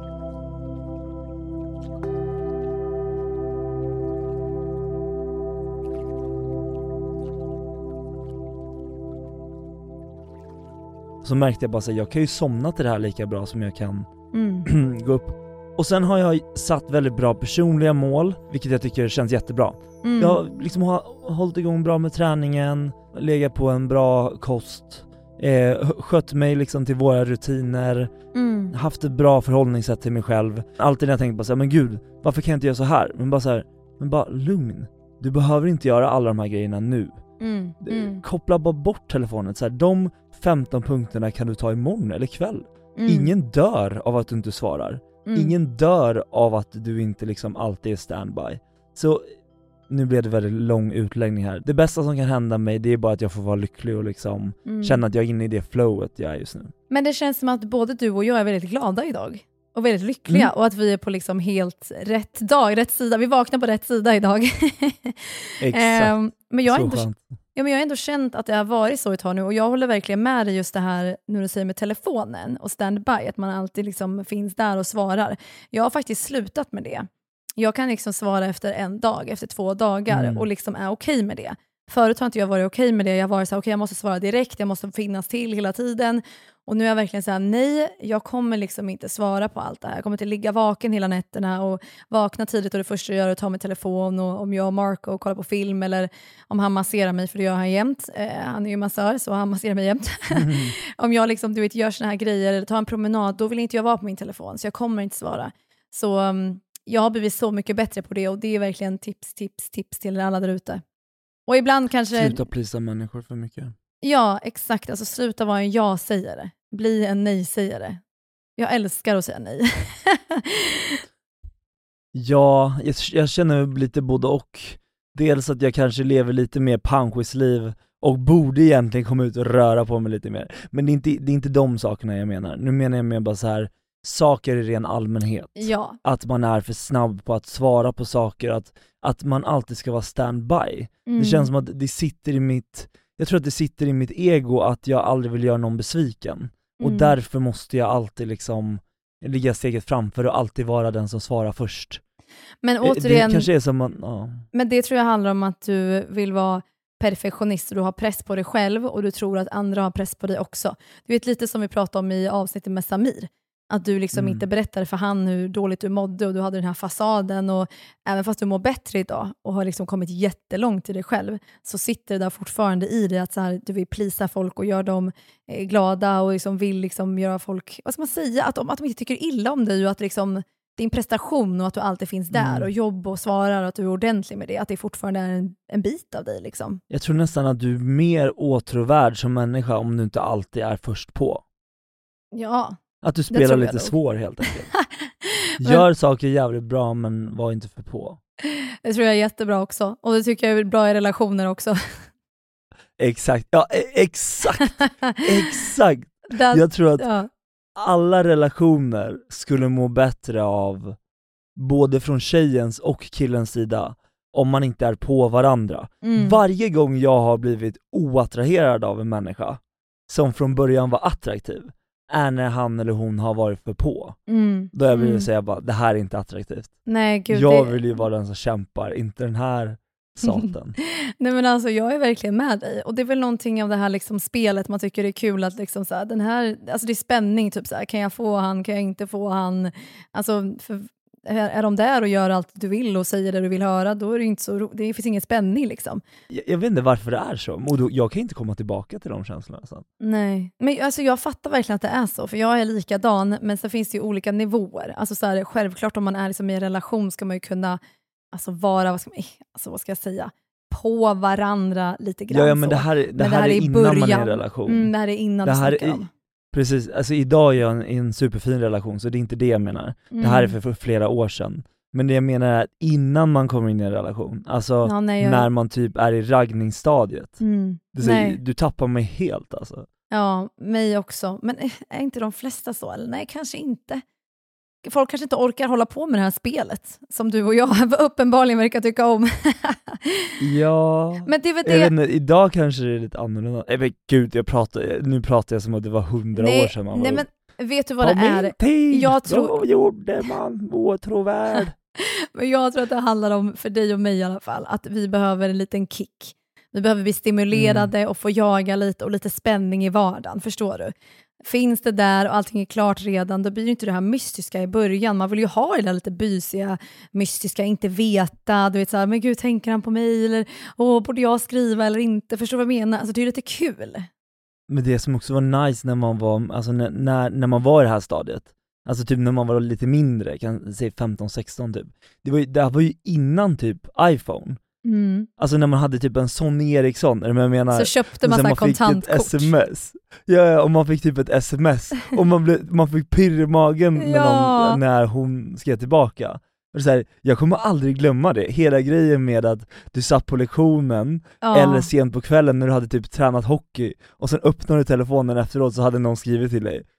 Så märkte jag bara att jag kan ju somna till det här lika bra som jag kan gå upp. Och sen har jag satt väldigt bra personliga mål, vilket jag tycker känns jättebra. Jag liksom har hållit igång bra med träningen, legat på en bra kost, skött mig liksom till våra rutiner, haft ett bra förhållningssätt till mig själv. Alltid när jag tänkt på så här, men gud, varför kan jag inte göra så här? Men bara så här, men bara lugn. Du behöver inte göra alla de här grejerna nu. Koppla bara bort telefonen. Så här, de 15 punkterna kan du ta imorgon eller ikväll. Ingen dör av att du inte svarar. Ingen dör av att du inte liksom alltid är standby. Så nu blev det väldigt lång utläggning här. Det bästa som kan hända mig, det är bara att jag får vara lycklig och liksom känna att jag är inne i det flowet jag är just nu. Men det känns som att både du och jag är väldigt glada idag. och väldigt lyckliga och att vi är på liksom helt rätt dag, rätt sida. Vi vaknar på rätt sida idag. Exakt. Men jag har Så ändå, skönt. men jag har ändå känt att det har varit så ett tag nu och jag håller verkligen med dig just det här när du säger med telefonen och standby, att man alltid liksom finns där och svarar. Jag har faktiskt slutat med det. Jag kan liksom svara efter 1 dag, efter 2 dagar och liksom är okej med det. Förut har inte jag varit okej med det. Jag har varit så här, okej, jag måste svara direkt, jag måste finnas till hela tiden. Och nu är jag verkligen så här, nej, jag kommer liksom inte svara på allt det här. Jag kommer inte ligga vaken hela nätterna och vakna tidigt och det första jag gör är att ta min telefon och om jag och Marco kollar på film eller om han masserar mig, för det gör han jämt. Han är ju massör så han masserar mig jämt. Om jag liksom, du vet, gör såna här grejer eller tar en promenad, då vill inte jag vara på min telefon så jag kommer inte svara. Så jag har blivit så mycket bättre på det och det är verkligen tips till alla där ute. Och ibland kanske... Sluta plisa människor för mycket. Ja, exakt. Alltså sluta vara en ja-sägare. Bli en nej-sägare. Jag älskar att säga nej. Ja, jag känner lite både och. Dels att jag kanske lever lite mer panschisliv och borde egentligen komma ut och röra på mig lite mer. Men det är inte de sakerna jag menar. Nu menar jag mer bara så här, saker i ren allmänhet. Ja. Att man är för snabb på att svara på saker, att man alltid ska vara standby. Det känns som att det sitter i mitt... Jag tror att det sitter i mitt ego att jag aldrig vill göra någon besviken. Och därför måste jag alltid liksom ligga steget framför och alltid vara den som svarar först. Men återigen... Det kanske är som man... Ja. Men det tror jag handlar om att du vill vara perfektionist och du har press på dig själv och du tror att andra har press på dig också. Du vet lite som vi pratade om i avsnittet med Samir. Att du liksom inte berättade för han hur dåligt du mådde och du hade den här fasaden och även fast du mår bättre idag och har liksom kommit jättelångt i dig själv så sitter det där fortfarande i dig att så här, du vill plisa folk och göra dem glada och liksom vill liksom göra folk, vad ska man säga, att de inte tycker illa om dig och att liksom din prestation och att du alltid finns där och jobb och svarar och att du är ordentlig med det, att det fortfarande är en bit av dig liksom. Jag tror nästan att du är mer åtråvärd som människa om du inte alltid är först på. Ja. Att du spelar lite svår helt enkelt. Gör saker jävligt bra men var inte för på. Det tror jag är jättebra också. Och det tycker jag är bra i relationer också. Exakt, ja exakt. Jag tror att alla relationer skulle må bättre av både från tjejens och killens sida om man inte är på varandra. Varje gång jag har blivit oattraherad av en människa som från början var attraktiv är när han eller hon har varit för på. Då jag vill säga bara, det här är inte attraktivt. Nej, gud, jag vill ju vara den som kämpar, inte den här saten. Nej men alltså jag är verkligen med dig. Och det är väl någonting av det här liksom spelet man tycker det är kul att liksom så här, den här, alltså det är spänning typ så här, kan jag få han, kan jag inte få han? Alltså är de där och gör allt du vill och säger det du vill höra, då är det inte så det finns ingen spänning liksom. Jag vet inte varför det är så. Och jag kan inte komma tillbaka till de känslorna sen. Nej, men alltså jag fattar verkligen att det är så, för jag är likadan, men så finns det ju olika nivåer. Alltså så här, självklart om man är liksom i en relation ska man ju kunna alltså vara, vad ska jag säga, på varandra lite grann. Ja men det här är innan man är i en relation. Det här är innan det här är om. Precis, alltså idag är jag i en superfin relation så det är inte det jag menar. Det här är för flera år sedan. Men det jag menar är att innan man kommer in i en relation, alltså när man typ är i raggningsstadiet. Du tappar mig helt alltså. Ja, mig också. Men är inte de flesta så? Eller nej, kanske inte. Folk kanske inte orkar hålla på med det här spelet som du och jag uppenbarligen verkar tycka om. Ja, men det är väl det... Jag vet inte, idag kanske det är lite annorlunda. Men gud, nu pratar jag som att det var 100 år sedan man var. Nej, men vet du vad det är? Min tid, då gjorde man åtråvärd. Men jag tror att det handlar om, för dig och mig i alla fall, att vi behöver en liten kick. Vi behöver bli stimulerade och få jaga lite och lite spänning i vardagen, förstår du? Finns det där och allting är klart redan, då blir det inte det här mystiska i början. Man vill ju ha det där lite bysiga, mystiska, inte veta, du vet såhär, men gud, tänker han på mig? Eller, borde jag skriva eller inte? Förstår vad jag menar? Alltså det är lite kul. Men det som också var nice när man var, alltså när man var i det här stadiet, alltså typ när man var lite mindre, kan säga 15-16 typ. Det här var ju innan typ iPhone. Alltså när man hade typ en Sony Ericsson, eller jag menar, så köpte man kontantkort. Fick ett sms. Ja, och man fick typ ett sms och man fick pirr i magen när hon skrev tillbaka. Och så här, jag kommer aldrig glömma det. Hela grejen med att du satt på lektionen eller sent på kvällen när du hade typ tränat hockey och sen öppnade du telefonen efteråt så hade någon skrivit till dig.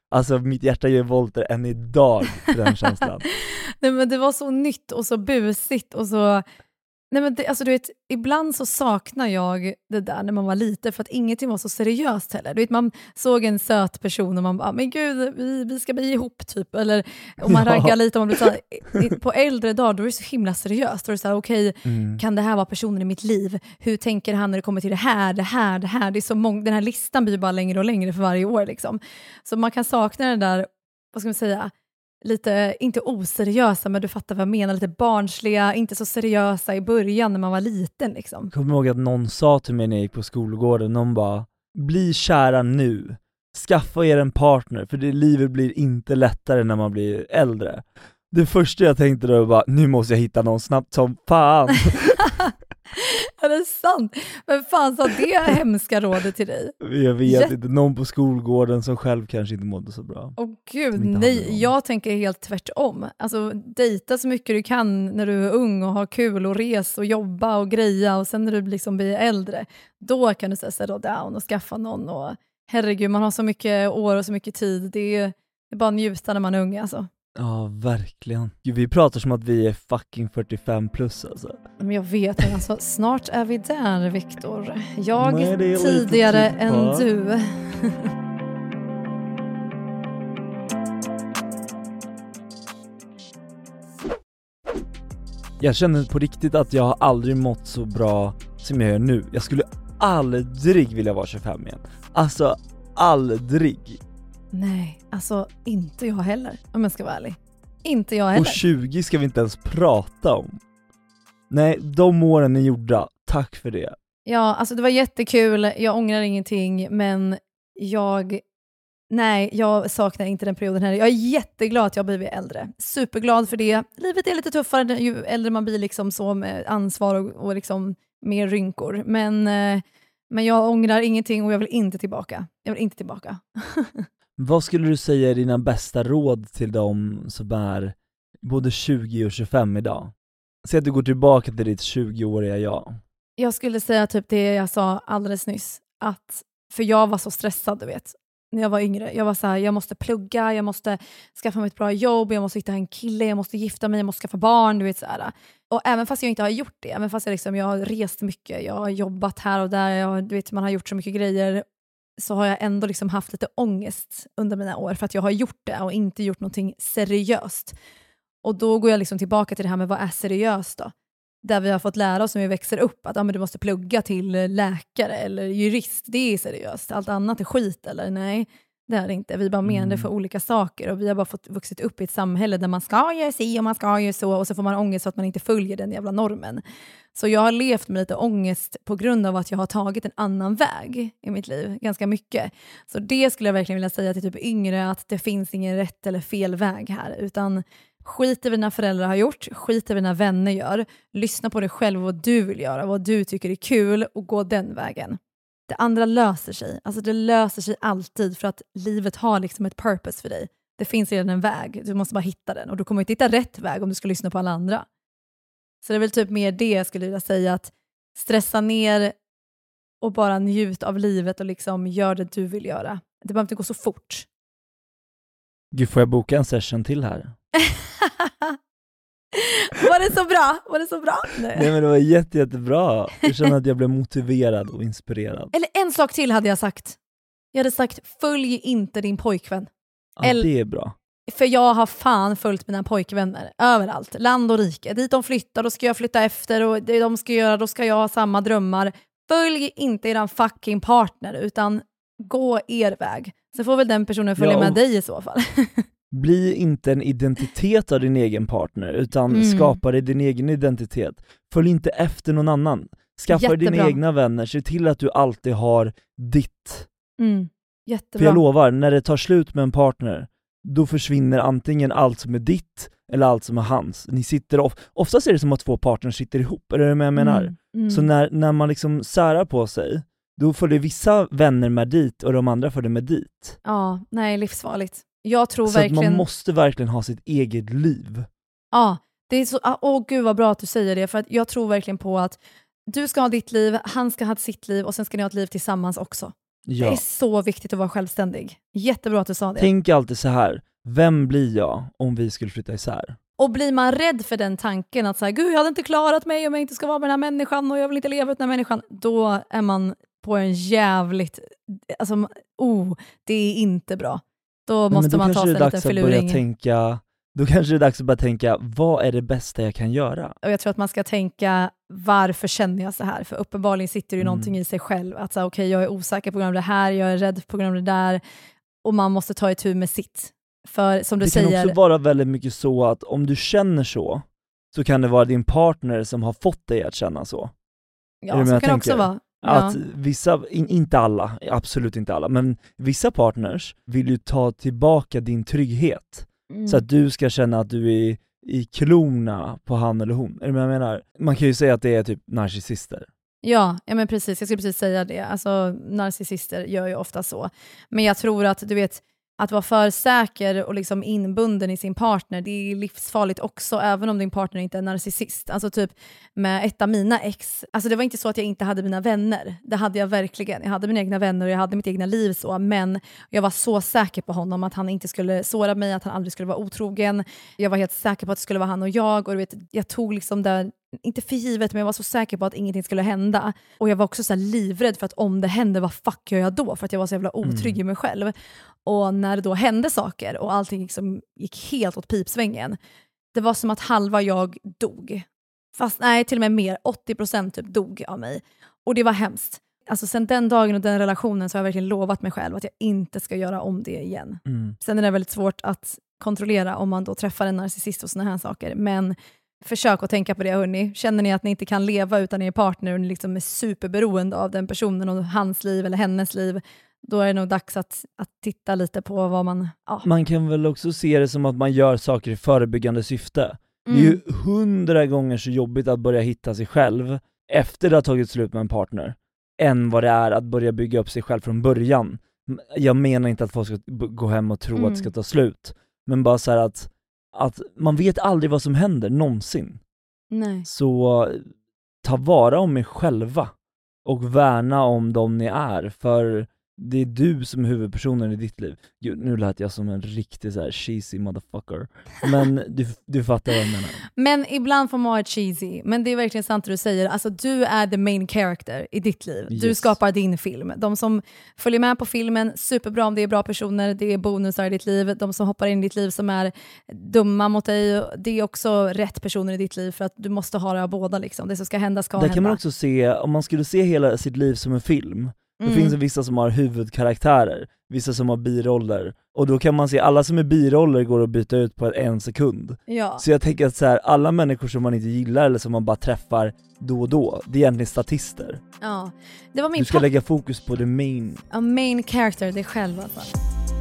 Alltså mitt hjärta gör volter än idag för den känslan. Nej, men det var så nytt och så busigt och så... Nej, men alltså, du vet, ibland så saknar jag det där när man var liten för att ingenting var så seriöst heller. Du vet, man såg en söt person och man bara, men gud, vi ska bli ihop typ. Eller om man raggar lite, om man blir så här, på äldre dagar då är det så himla seriöst. Då är det så här, okej, kan det här vara personen i mitt liv? Hur tänker han när det kommer till det här? Det är så den här listan blir bara längre och längre för varje år liksom. Så man kan sakna det där, vad ska man säga, lite, inte oseriösa, men du fattar vad jag menar, lite barnsliga, inte så seriösa i början när man var liten liksom. Jag kommer ihåg att någon sa till mig när jag gick på skolgården, någon bara, bli kära nu, skaffa er en partner, för livet blir inte lättare när man blir äldre. Det första jag tänkte då var bara, nu måste jag hitta någon snabbt som fan. Ja, det är sant. Men fan sa det hemska rådet till dig? Jag vet inte, någon på skolgården som själv kanske inte mådde så bra. Åh gud, nej, jag tänker helt tvärtom. Alltså dejta så mycket du kan när du är ung och har kul och res och jobba och greja, och sen när du liksom blir äldre, då kan du settle down och skaffa någon. Och herregud, man har så mycket år och så mycket tid. Det är bara att njuta när man är ung alltså. Ja, verkligen. Vi pratar som att vi är fucking 45 plus alltså. Men jag vet, men alltså, snart är vi där, Viktor. Jag tidigare än du. Jag känner på riktigt att jag har aldrig mått så bra som jag gör nu. Jag skulle aldrig vilja vara 25 igen. Alltså, aldrig. Nej, alltså inte jag heller, om jag ska vara ärlig. Inte jag heller. Och 20 ska vi inte ens prata om. Nej, de åren är gjorda. Tack för det. Ja, alltså det var jättekul. Jag ångrar ingenting, men jag saknar inte den perioden här. Jag är jätteglad att jag har blivit äldre. Superglad för det. Livet är lite tuffare ju äldre man blir, liksom, så med ansvar och liksom mer rynkor. Men jag ångrar ingenting och jag vill inte tillbaka. Vad skulle du säga är dina bästa råd till dem som är både 20 och 25 idag? Säg att du går tillbaka till ditt 20-åriga jag. Jag skulle säga typ det jag sa alldeles nyss. För jag var så stressad, du vet. När jag var yngre. Jag var så här, jag måste plugga, jag måste skaffa mig ett bra jobb, jag måste hitta en kille, jag måste gifta mig, jag måste skaffa barn, du vet så här. Och även fast jag inte har gjort det, även fast jag har rest mycket, jag har jobbat här och där, du vet, man har gjort så mycket grejer, så har jag ändå liksom haft lite ångest under mina år för att jag har gjort det och inte gjort någonting seriöst. Och då går jag liksom tillbaka till det här med vad är seriöst då? Där vi har fått lära oss när vi växer upp att men du måste plugga till läkare eller jurist, det är seriöst. Allt annat är skit, eller nej, det är det inte. Vi bara menar det för olika saker och vi har bara fått vuxit upp i ett samhälle där man ska göra si och man ska göra så, och så får man ångest för att man inte följer den jävla normen. Så jag har levt med lite ångest på grund av att jag har tagit en annan väg i mitt liv, ganska mycket. Så det skulle jag verkligen vilja säga till typ yngre, att det finns ingen rätt eller fel väg här, utan skit i vad dina föräldrar har gjort, skit i vad dina vänner gör, lyssna på dig själv, vad du vill göra, vad du tycker är kul, och gå den vägen. Det andra löser sig, alltså det löser sig alltid, för att livet har liksom ett purpose för dig. Det finns redan en väg, du måste bara hitta den, och du kommer inte hitta rätt väg om du ska lyssna på alla andra. Så det är väl typ mer det jag skulle vilja säga, att stressa ner och bara njut av livet och liksom gör det du vill göra. Det behöver inte gå så fort. Gud, får jag boka en session till här? Var det så bra? Var det så bra? Nej, men det var jättebra. Jag känner att jag blev motiverad och inspirerad. Eller en sak till hade jag sagt. Jag hade sagt, följ inte din pojkvän. Ja, det är bra. För jag har fan följt mina pojkvänner överallt. Land och rike. Dit de flyttar, då ska jag flytta efter. Och det de ska göra, då ska jag ha samma drömmar. Följ inte eran fucking partner, utan gå er väg. Så får väl den personen följa med dig i så fall. Bli inte en identitet av din egen partner, utan skapa dig din egen identitet. Följ inte efter någon annan. Skaffa dina egna vänner. Se till att du alltid har ditt. Jättebra. För jag lovar, när det tar slut med en partner, då försvinner antingen allt som är ditt eller allt som är hans. Ni sitter oftast är det som att två partners sitter ihop, är det vad jag menar? Så när man liksom särar på sig, då följer vissa vänner med dit och de andra följer med dit. Ja, nej, livsfarligt. Jag tror så verkligen... att man måste verkligen ha sitt eget liv. Ja, det är så... gud vad bra att du säger det, för att jag tror verkligen på att du ska ha ditt liv, han ska ha sitt liv, och sen ska ni ha ett liv tillsammans också. Ja. Det är så viktigt att vara självständig. Jättebra att du sa det. Tänk alltid så här, vem blir jag om vi skulle flytta isär? Och blir man rädd för den tanken att säga, gud jag hade inte klarat mig om jag inte ska vara med den här människan och jag vill inte leva utan den här människan, då är man på en jävligt, alltså, det är inte bra. Då måste man ta sig en liten förluring. Då kanske det är dags att börja tänka, vad är det bästa jag kan göra? Och jag tror att man ska tänka, varför känner jag så här? För uppenbarligen sitter det ju någonting i sig själv. Att säga, okej, jag är osäker på grund av det här, jag är rädd på grund av det där. Och man måste ta itu med sitt. För som du säger... Det kan också vara väldigt mycket så att om du känner så kan det vara din partner som har fått dig att känna så. Ja, så kan det också vara. Att vissa, inte alla, absolut inte alla, men vissa partners vill ju ta tillbaka din trygghet. Så att du ska känna att du är i klorna på han eller hon. Är det vad jag menar? Man kan ju säga att det är typ narcissister. Ja, men precis. Jag skulle precis säga det. Alltså, narcissister gör ju ofta så. Men jag tror att, du vet, att vara för säker och liksom inbunden i sin partner, det är livsfarligt också, även om din partner inte är narcissist. Alltså typ med ett av mina ex, alltså det var inte så att jag inte hade mina vänner. Det hade jag verkligen. Jag hade mina egna vänner och jag hade mitt egna liv så, men jag var så säker på honom att han inte skulle såra mig, att han aldrig skulle vara otrogen. Jag var helt säker på att det skulle vara han och jag, och du vet, jag tog liksom det, inte för givet, men jag var så säker på att ingenting skulle hända. Och jag var också så här livrädd för att om det hände, vad fuck gör jag då? För att jag var så jävla otrygg i mig själv. Och när det då hände saker och allting liksom gick helt åt pipsvängen, det var som att halva jag dog. Fast nej, till och med mer, 80% typ dog av mig. Och det var hemskt. Alltså sen den dagen och den relationen så har jag verkligen lovat mig själv att jag inte ska göra om det igen. Sen är det väldigt svårt att kontrollera om man då träffar en narcissist och såna här saker. Men försök att tänka på det, hörni. Känner ni att ni inte kan leva utan er partner och ni liksom är superberoende av den personen och hans liv eller hennes liv, då är det nog dags att titta lite på vad man... Ja. Man kan väl också se det som att man gör saker i förebyggande syfte. Det är ju 100 gånger så jobbigt att börja hitta sig själv efter det har tagit slut med en partner än vad det är att börja bygga upp sig själv från början. Jag menar inte att folk ska gå hem och tro att det ska ta slut, men bara så här att man vet aldrig vad som händer någonsin. Nej. Så ta vara om er själva och värna om dem ni är, för det är du som är huvudpersonen i ditt liv. Gud, nu lät jag som en riktig så här cheesy motherfucker. Men du fattar vad jag menar. Men ibland får man vara cheesy. Men det är verkligen sant det du säger. Alltså du är the main character i ditt liv. Yes. Du skapar din film. De som följer med på filmen, superbra om det är bra personer. Det är bonusar i ditt liv. De som hoppar in i ditt liv som är dumma mot dig, det är också rätt personer i ditt liv, för att du måste ha det av båda liksom. Det som ska hända ska hända. Där kan man också se, om man skulle se hela sitt liv som en film, då finns det vissa som har huvudkaraktärer, vissa som har biroller, och då kan man se alla som är biroller går att byta ut på en sekund. Ja. Så jag tänker att så här, alla människor som man inte gillar eller som man bara träffar då och då, det är egentligen statister. Ja. Det var min du ska lägga fokus på the main character, det själv alltså.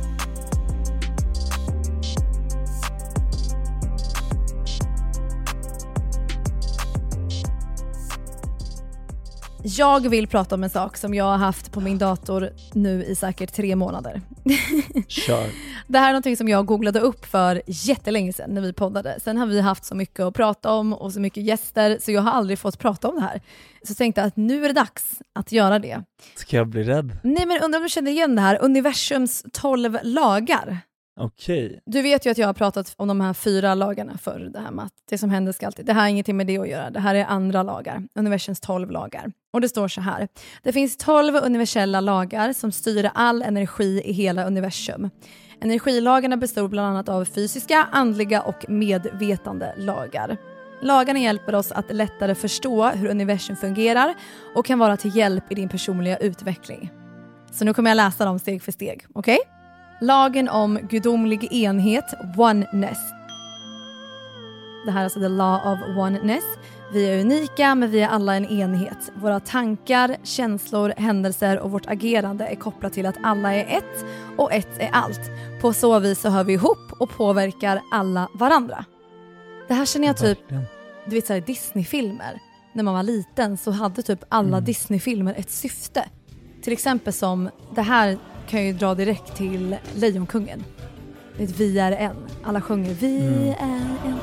Jag vill prata om en sak som jag har haft på min dator nu i säkert 3 månader. Kör. Det här är någonting som jag googlade upp för jättelänge sedan när vi poddade. Sen har vi haft så mycket att prata om och så mycket gäster, så jag har aldrig fått prata om det här. Så jag tänkte att nu är det dags att göra det. Ska jag bli rädd? Nej, men undrar om du känner igen det här. Universums 12 lagar. Okej. Du vet ju att jag har pratat om de här 4 lagarna för det här med att det som händer ska alltid. Det här har ingenting med det att göra. Det här är andra lagar. Universums 12 lagar. Och det står så här. Det finns 12 universella lagar som styr all energi i hela universum. Energilagarna består bland annat av fysiska, andliga och medvetande lagar. Lagarna hjälper oss att lättare förstå hur universum fungerar och kan vara till hjälp i din personliga utveckling. Så nu kommer jag läsa dem steg för steg, okej? Lagen om gudomlig enhet, oneness. Det här är alltså the law of oneness. Vi är unika, men vi är alla en enhet. Våra tankar, känslor, händelser och vårt agerande är kopplat till att alla är ett och ett är allt. På så vis så hör vi ihop och påverkar alla varandra. Det här känner jag typ, du vet så här, Disney-filmer. När man var liten så hade typ alla Disney-filmer ett syfte. Till exempel som, det här kan ju dra direkt till Lejonkungen. Vi är en. Alla sjunger vi är en.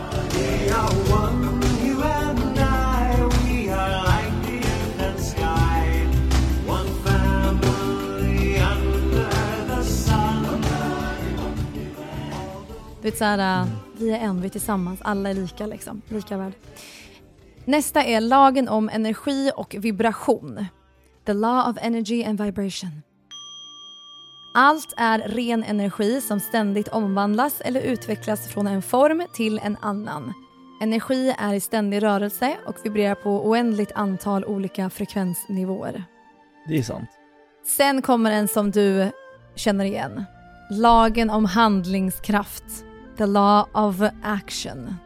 Du vet såhär, vi är en, vi är tillsammans, alla är lika liksom, lika värd. Nästa är lagen om energi och vibration. The law of energy and vibration. Allt är ren energi som ständigt omvandlas eller utvecklas från en form till en annan. Energi är i ständig rörelse och vibrerar på oändligt antal olika frekvensnivåer. Det är sant. Sen kommer en som du känner igen. Lagen om handlingskraft. The law of action.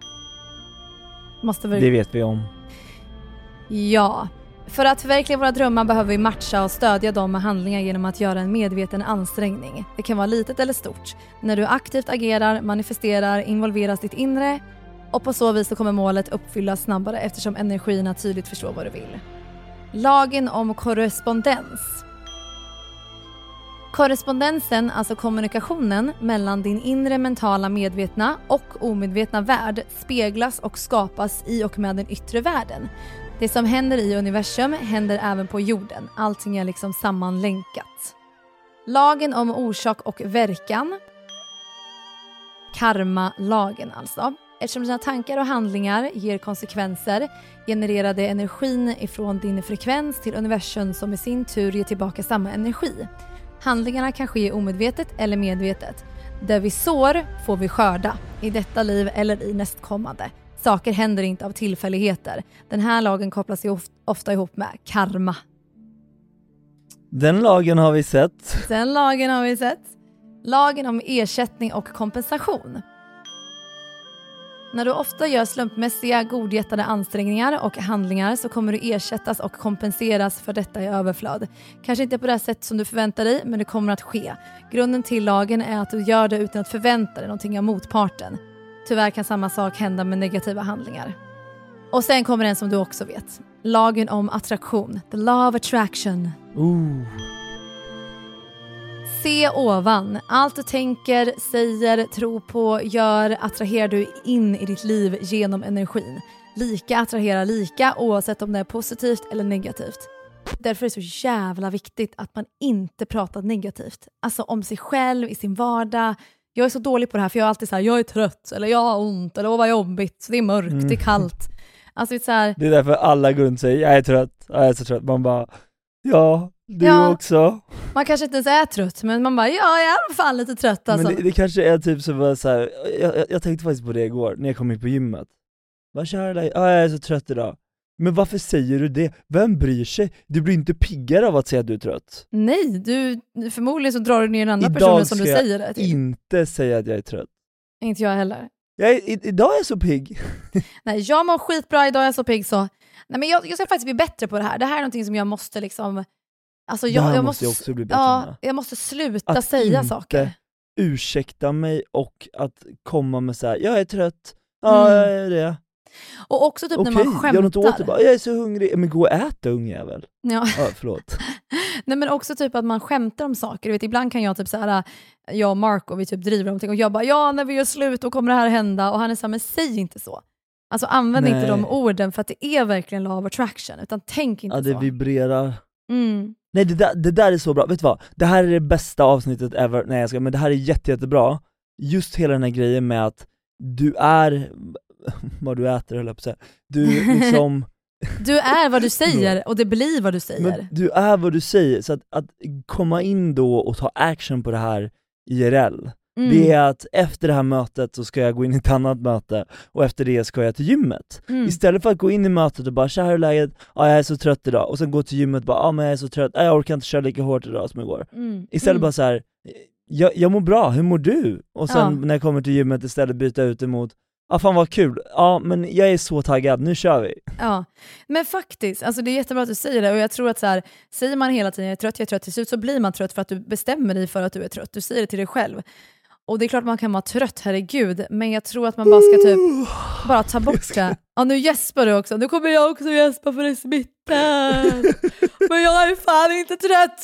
Det vet vi om. Ja. För att förverkliga våra drömmar behöver vi matcha och stödja dem med handlingar genom att göra en medveten ansträngning. Det kan vara litet eller stort. När du aktivt agerar, manifesterar, involveras ditt inre och på så vis så kommer målet uppfyllas snabbare eftersom energierna tydligt förstår vad du vill. Lagen om korrespondens. Korrespondensen, alltså kommunikationen mellan din inre mentala medvetna och omedvetna värld speglas och skapas i och med den yttre världen. Det som händer i universum händer även på jorden. Allting är liksom sammanlänkat. Lagen om orsak och verkan. Karma-lagen alltså. Eftersom dina tankar och handlingar ger konsekvenser genererar det energin ifrån din frekvens till universum som i sin tur ger tillbaka samma energi. Handlingarna kan ske omedvetet eller medvetet. Där vi sår får vi skörda, i detta liv eller i nästkommande. Saker händer inte av tillfälligheter. Den här lagen kopplas ju ofta ihop med karma. Den lagen har vi sett. Lagen om ersättning och kompensation. När du ofta gör slumpmässiga, godhjärtade ansträngningar och handlingar så kommer du ersättas och kompenseras för detta i överflöd. Kanske inte på det sätt som du förväntar dig, men det kommer att ske. Grunden till lagen är att du gör det utan att förvänta dig någonting av motparten. Tyvärr kan samma sak hända med negativa handlingar. Och sen kommer den som du också vet. Lagen om attraktion. The law of attraction. Se ovan. Allt du tänker, säger, tror på, gör attraherar du in i ditt liv genom energin. Lika attraherar lika oavsett om det är positivt eller negativt. Därför är det så jävla viktigt att man inte pratar negativt. Alltså om sig själv i sin vardag. Jag är så dålig på det här för jag är alltid så här: jag är trött eller jag har ont eller vad jobbigt, det är mörkt, det är kallt. Alltså så här. Det är därför alla går runt och säger jag är trött, jag är så trött. Man bara, ja, du också. Man kanske inte ens är trött, men man bara, ja, jag är fan lite trött alltså. Men det kanske är typ så här, jag tänkte faktiskt på det igår när jag kom in på gymmet. Vad kör dig? Jag är så trött idag. Men varför säger du det? Vem bryr sig? Du blir inte piggare av att säga att du är trött. Nej, förmodligen så drar du ner den andra personen som du säger det till. Inte säga att jag är trött. Inte jag heller. Idag är jag så pigg. Nej, jag mår skitbra, idag är jag så pigg så. Nej, men jag ska faktiskt bli bättre på det här. Det här är någonting som jag måste liksom. Alltså jag måste också bli bättre med. Jag måste sluta att säga saker. Ursäkta mig och att komma med så här: jag är trött. Ja, jag är det. Och också typ när man skämtar. Jag åt det, bara, jag är så hungrig. Men gå och äta, ungjävel. Ja. Förlåt. Nej, men också typ att man skämtar om saker. Du vet, ibland kan jag typ så här, jag och Marco, vi typ driver om någonting och jag bara, ja, när vi gör slut då kommer det här hända. Och han är så här, men säg inte så. Alltså använd inte de orden för att det är verkligen law of attraction. Utan tänk inte så. Ja, det vibrerar. Nej, det där är så bra. Vet du vad? Det här är det bästa avsnittet ever. Nej, men det här är jättebra. Just hela den här grejen med att du är vad du äter, höll jag på att säga. Du liksom du är vad du säger och det blir vad du säger. Men du är vad du säger, så att komma in då och ta action på det här IRL. Det är att efter det här mötet så ska jag gå in i ett annat möte och efter det ska jag till gymmet. Istället för att gå in i mötet och bara, så här är läget, jag är så trött idag. Och sen gå till gymmet och bara, men jag är så trött, jag orkar inte köra lika hårt idag som igår. Istället bara så här, jag mår bra, hur mår du? Och sen när jag kommer till gymmet istället byta ut emot, fan vad kul, men jag är så taggad, nu kör vi. Ja, men faktiskt, alltså det är jättebra att du säger det och jag tror att så här, säger man hela tiden jag är trött, till slut så blir man trött för att du bestämmer dig för att du är trött, du säger det till dig själv. Och det är klart man kan vara trött, herregud, men jag tror att man bara ska typ bara ta bort det. Ja, nu gäspar du också, nu kommer jag också gäspa för det smittar. Men jag är fan inte trött.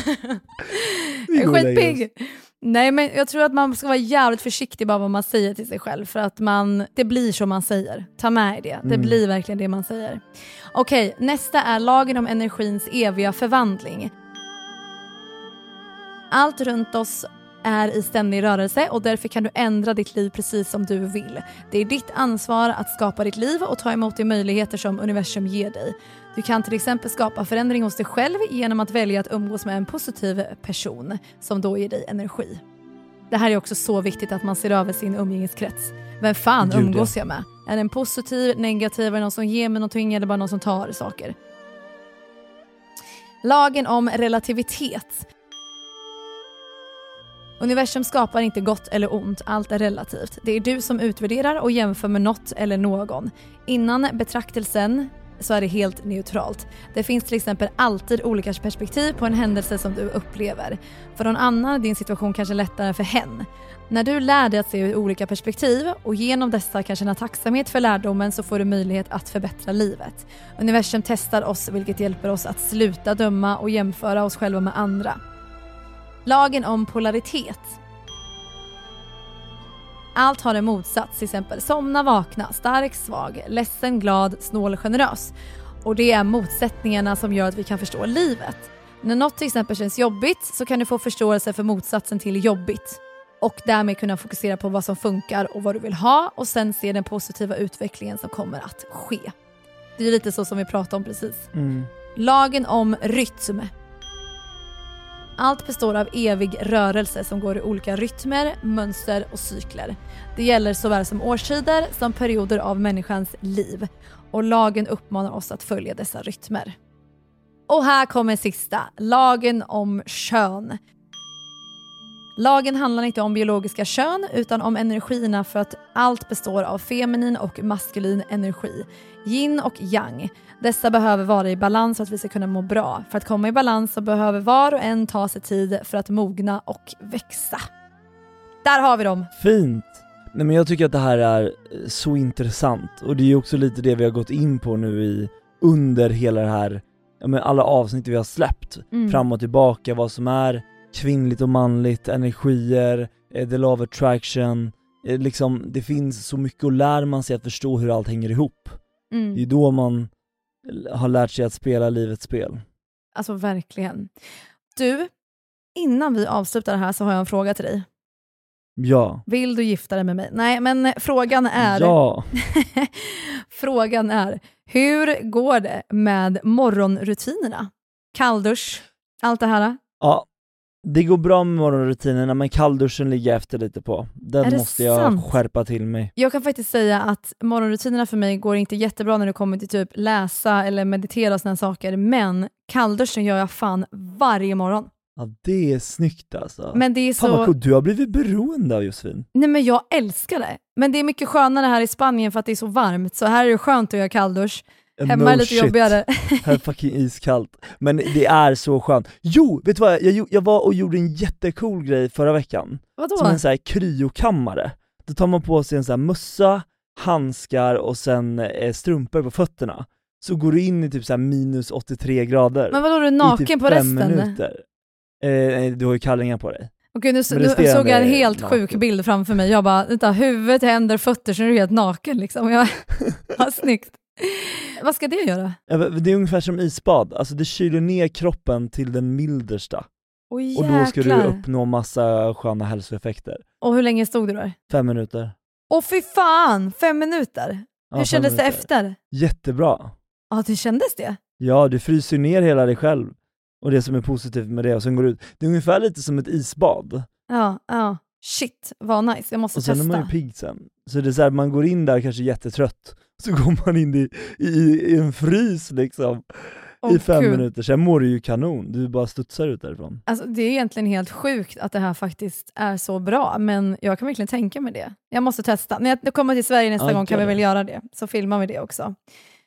Jag är skitpigg. Nej, men jag tror att man ska vara jävligt försiktig bara vad man säger till sig själv. För att det blir som man säger. Ta med det. Det blir verkligen det man säger. Okej, nästa är lagen om energins eviga förvandling. Allt runt oss är i ständig rörelse och därför kan du ändra ditt liv precis som du vill. Det är ditt ansvar att skapa ditt liv och ta emot de möjligheter som universum ger dig. Du kan till exempel skapa förändring hos dig själv genom att välja att umgås med en positiv person som då ger dig energi. Det här är också så viktigt att man ser över sin umgängeskrets. Vem fan umgås jag med? Är den positiv, negativ, är det någon som ger mig någonting eller bara någon som tar saker? Lagen om relativitet. Universum skapar inte gott eller ont, allt är relativt. Det är du som utvärderar och jämför med något eller någon. Innan betraktelsen så är det helt neutralt. Det finns till exempel alltid olika perspektiv på en händelse som du upplever. För någon annan är din situation kanske lättare för hen. När du lär dig att se ur olika perspektiv och genom dessa kan känna tacksamhet för lärdomen så får du möjlighet att förbättra livet. Universum testar oss vilket hjälper oss att sluta döma och jämföra oss själva med andra. Lagen om polaritet. Allt har en motsats, till exempel somna, vakna, stark, svag, ledsen, glad, snål, generös. Och det är motsättningarna som gör att vi kan förstå livet. När något till exempel känns jobbigt så kan du få förståelse för motsatsen till jobbigt. Och därmed kunna fokusera på vad som funkar och vad du vill ha och sen se den positiva utvecklingen som kommer att ske. Det är lite så som vi pratade om precis. Lagen om rytm. Allt består av evig rörelse som går i olika rytmer, mönster och cykler. Det gäller såväl som årstider som perioder av människans liv. Och lagen uppmanar oss att följa dessa rytmer. Och här kommer sista, lagen om kön. Lagen handlar inte om biologiska kön utan om energierna för att allt består av feminin och maskulin energi. Yin och yang. Dessa behöver vara i balans för att vi ska kunna må bra. För att komma i balans så behöver var och en ta sig tid för att mogna och växa. Där har vi dem. Fint. Nej, men jag tycker att det här är så intressant. Och det är ju också lite det vi har gått in på nu under hela det här, alla avsnitt vi har släppt. Fram och tillbaka, vad som är kvinnligt och manligt, energier, the law of attraction. Liksom, det finns så mycket och lär man sig att förstå hur allt hänger ihop. Det är då man har lärt sig att spela livets spel. Alltså verkligen. Du, innan vi avslutar det här så har jag en fråga till dig. Ja. Vill du gifta dig med mig? Nej, men frågan är... Ja. Frågan är, hur går det med morgonrutinerna? Kalldusch, allt det här? Ja, det går bra med morgonrutinerna, men kallduschen ligger efter lite på. Den måste jag skärpa till mig. Jag kan faktiskt säga att morgonrutinerna för mig går inte jättebra när det kommer till typ läsa eller meditera och såna saker. Men kallduschen gör jag fan varje morgon. Ja, det är snyggt alltså. Men det är så... Fan vad cool. Du har blivit beroende av Josefin. Nej, men jag älskar det. Men det är mycket skönare här i Spanien för att det är så varmt. Så här är det skönt att göra kalldusch. Hemma är lite jobbigare. Här är fucking iskallt. Men det är så skönt. Jo, vet du vad? Jag var och gjorde en jättecool grej förra veckan. Vadå? Som en sån här kryokammare. Då tar man på sig en sån här mössa, handskar och sen strumpor på fötterna. Så går du in i typ så här minus 83 grader. Men vadå, är du naken typ på resten? Minuter. Du har ju kallingar på dig. Okej, nu såg jag en helt sjuk bild framför mig. Jag bara, vänta, huvud, händer, fötter, så är du helt naken liksom. Vad snyggt. Vad ska det göra? Det är ungefär som isbad. Alltså det kyler ner kroppen till den mildersta. Och då ska du uppnå massa sköna hälsoeffekter. Och hur länge stod du där? 5 minuter. Åh fy fan, 5 minuter? Ja, hur kändes det efter? Jättebra. Ja, det kändes det? Ja, du fryser ner hela dig själv. Och det som är positivt med det, och sen går ut. Det är ungefär lite som ett isbad. Ja. Shit, vad nice. Jag måste testa. Och sen är man ju pigg sen. Så det är så här, man går in där kanske jättetrött. Så går man in i en frys liksom. I 5 minuter. Sen mår du ju kanon. Du bara studsar ut därifrån. Alltså det är egentligen helt sjukt att det här faktiskt är så bra. Men jag kan verkligen tänka mig det. Jag måste testa. När jag kommer till Sverige nästa gång kan vi väl göra det. Så filmar vi det också.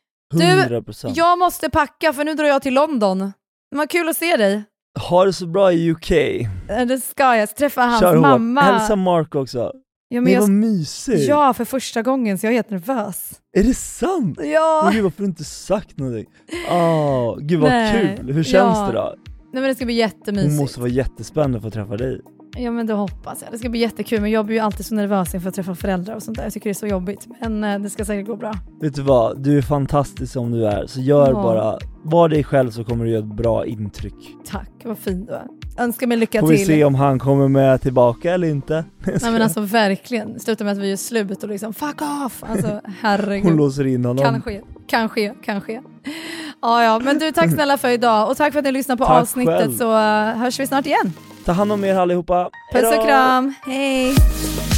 100%. Du, jag måste packa för nu drar jag till London. Vad kul att se dig. Ha det så bra i UK. Det ska jag. Träffa hans mamma. Hälsa Mark också. Ja, men var mysigt. Ja, för första gången så jag är helt nervös. Är det sant? Ja. Men gud, varför har du inte sagt någonting? Gud vad kul. Hur känns det då? Nej, men det ska bli jättemysigt. Det måste vara jättespännande att få träffa dig. Ja, men det hoppas jag. Det ska bli jättekul, men jag blir ju alltid så nervös inför att träffa föräldrar och sånt där. Jag tycker det är så jobbigt, men det ska säkert gå bra. Vet du vad? Du är fantastisk som du är, så var dig själv så kommer du göra ett bra intryck. Tack, vad fin du är. Önskar mig lycka till. Får vi se om han kommer med tillbaka eller inte? Nej, men alltså verkligen. Sluta med att vi gör slut och liksom fuck off. Alltså herregud. Hon låser in honom. Kan ske. Ja, men du, tack snälla för idag. Och tack för att ni lyssnar på avsnittet själv. Så hörs vi snart igen. Ta hand om er allihopa. Puss och kram. Hej.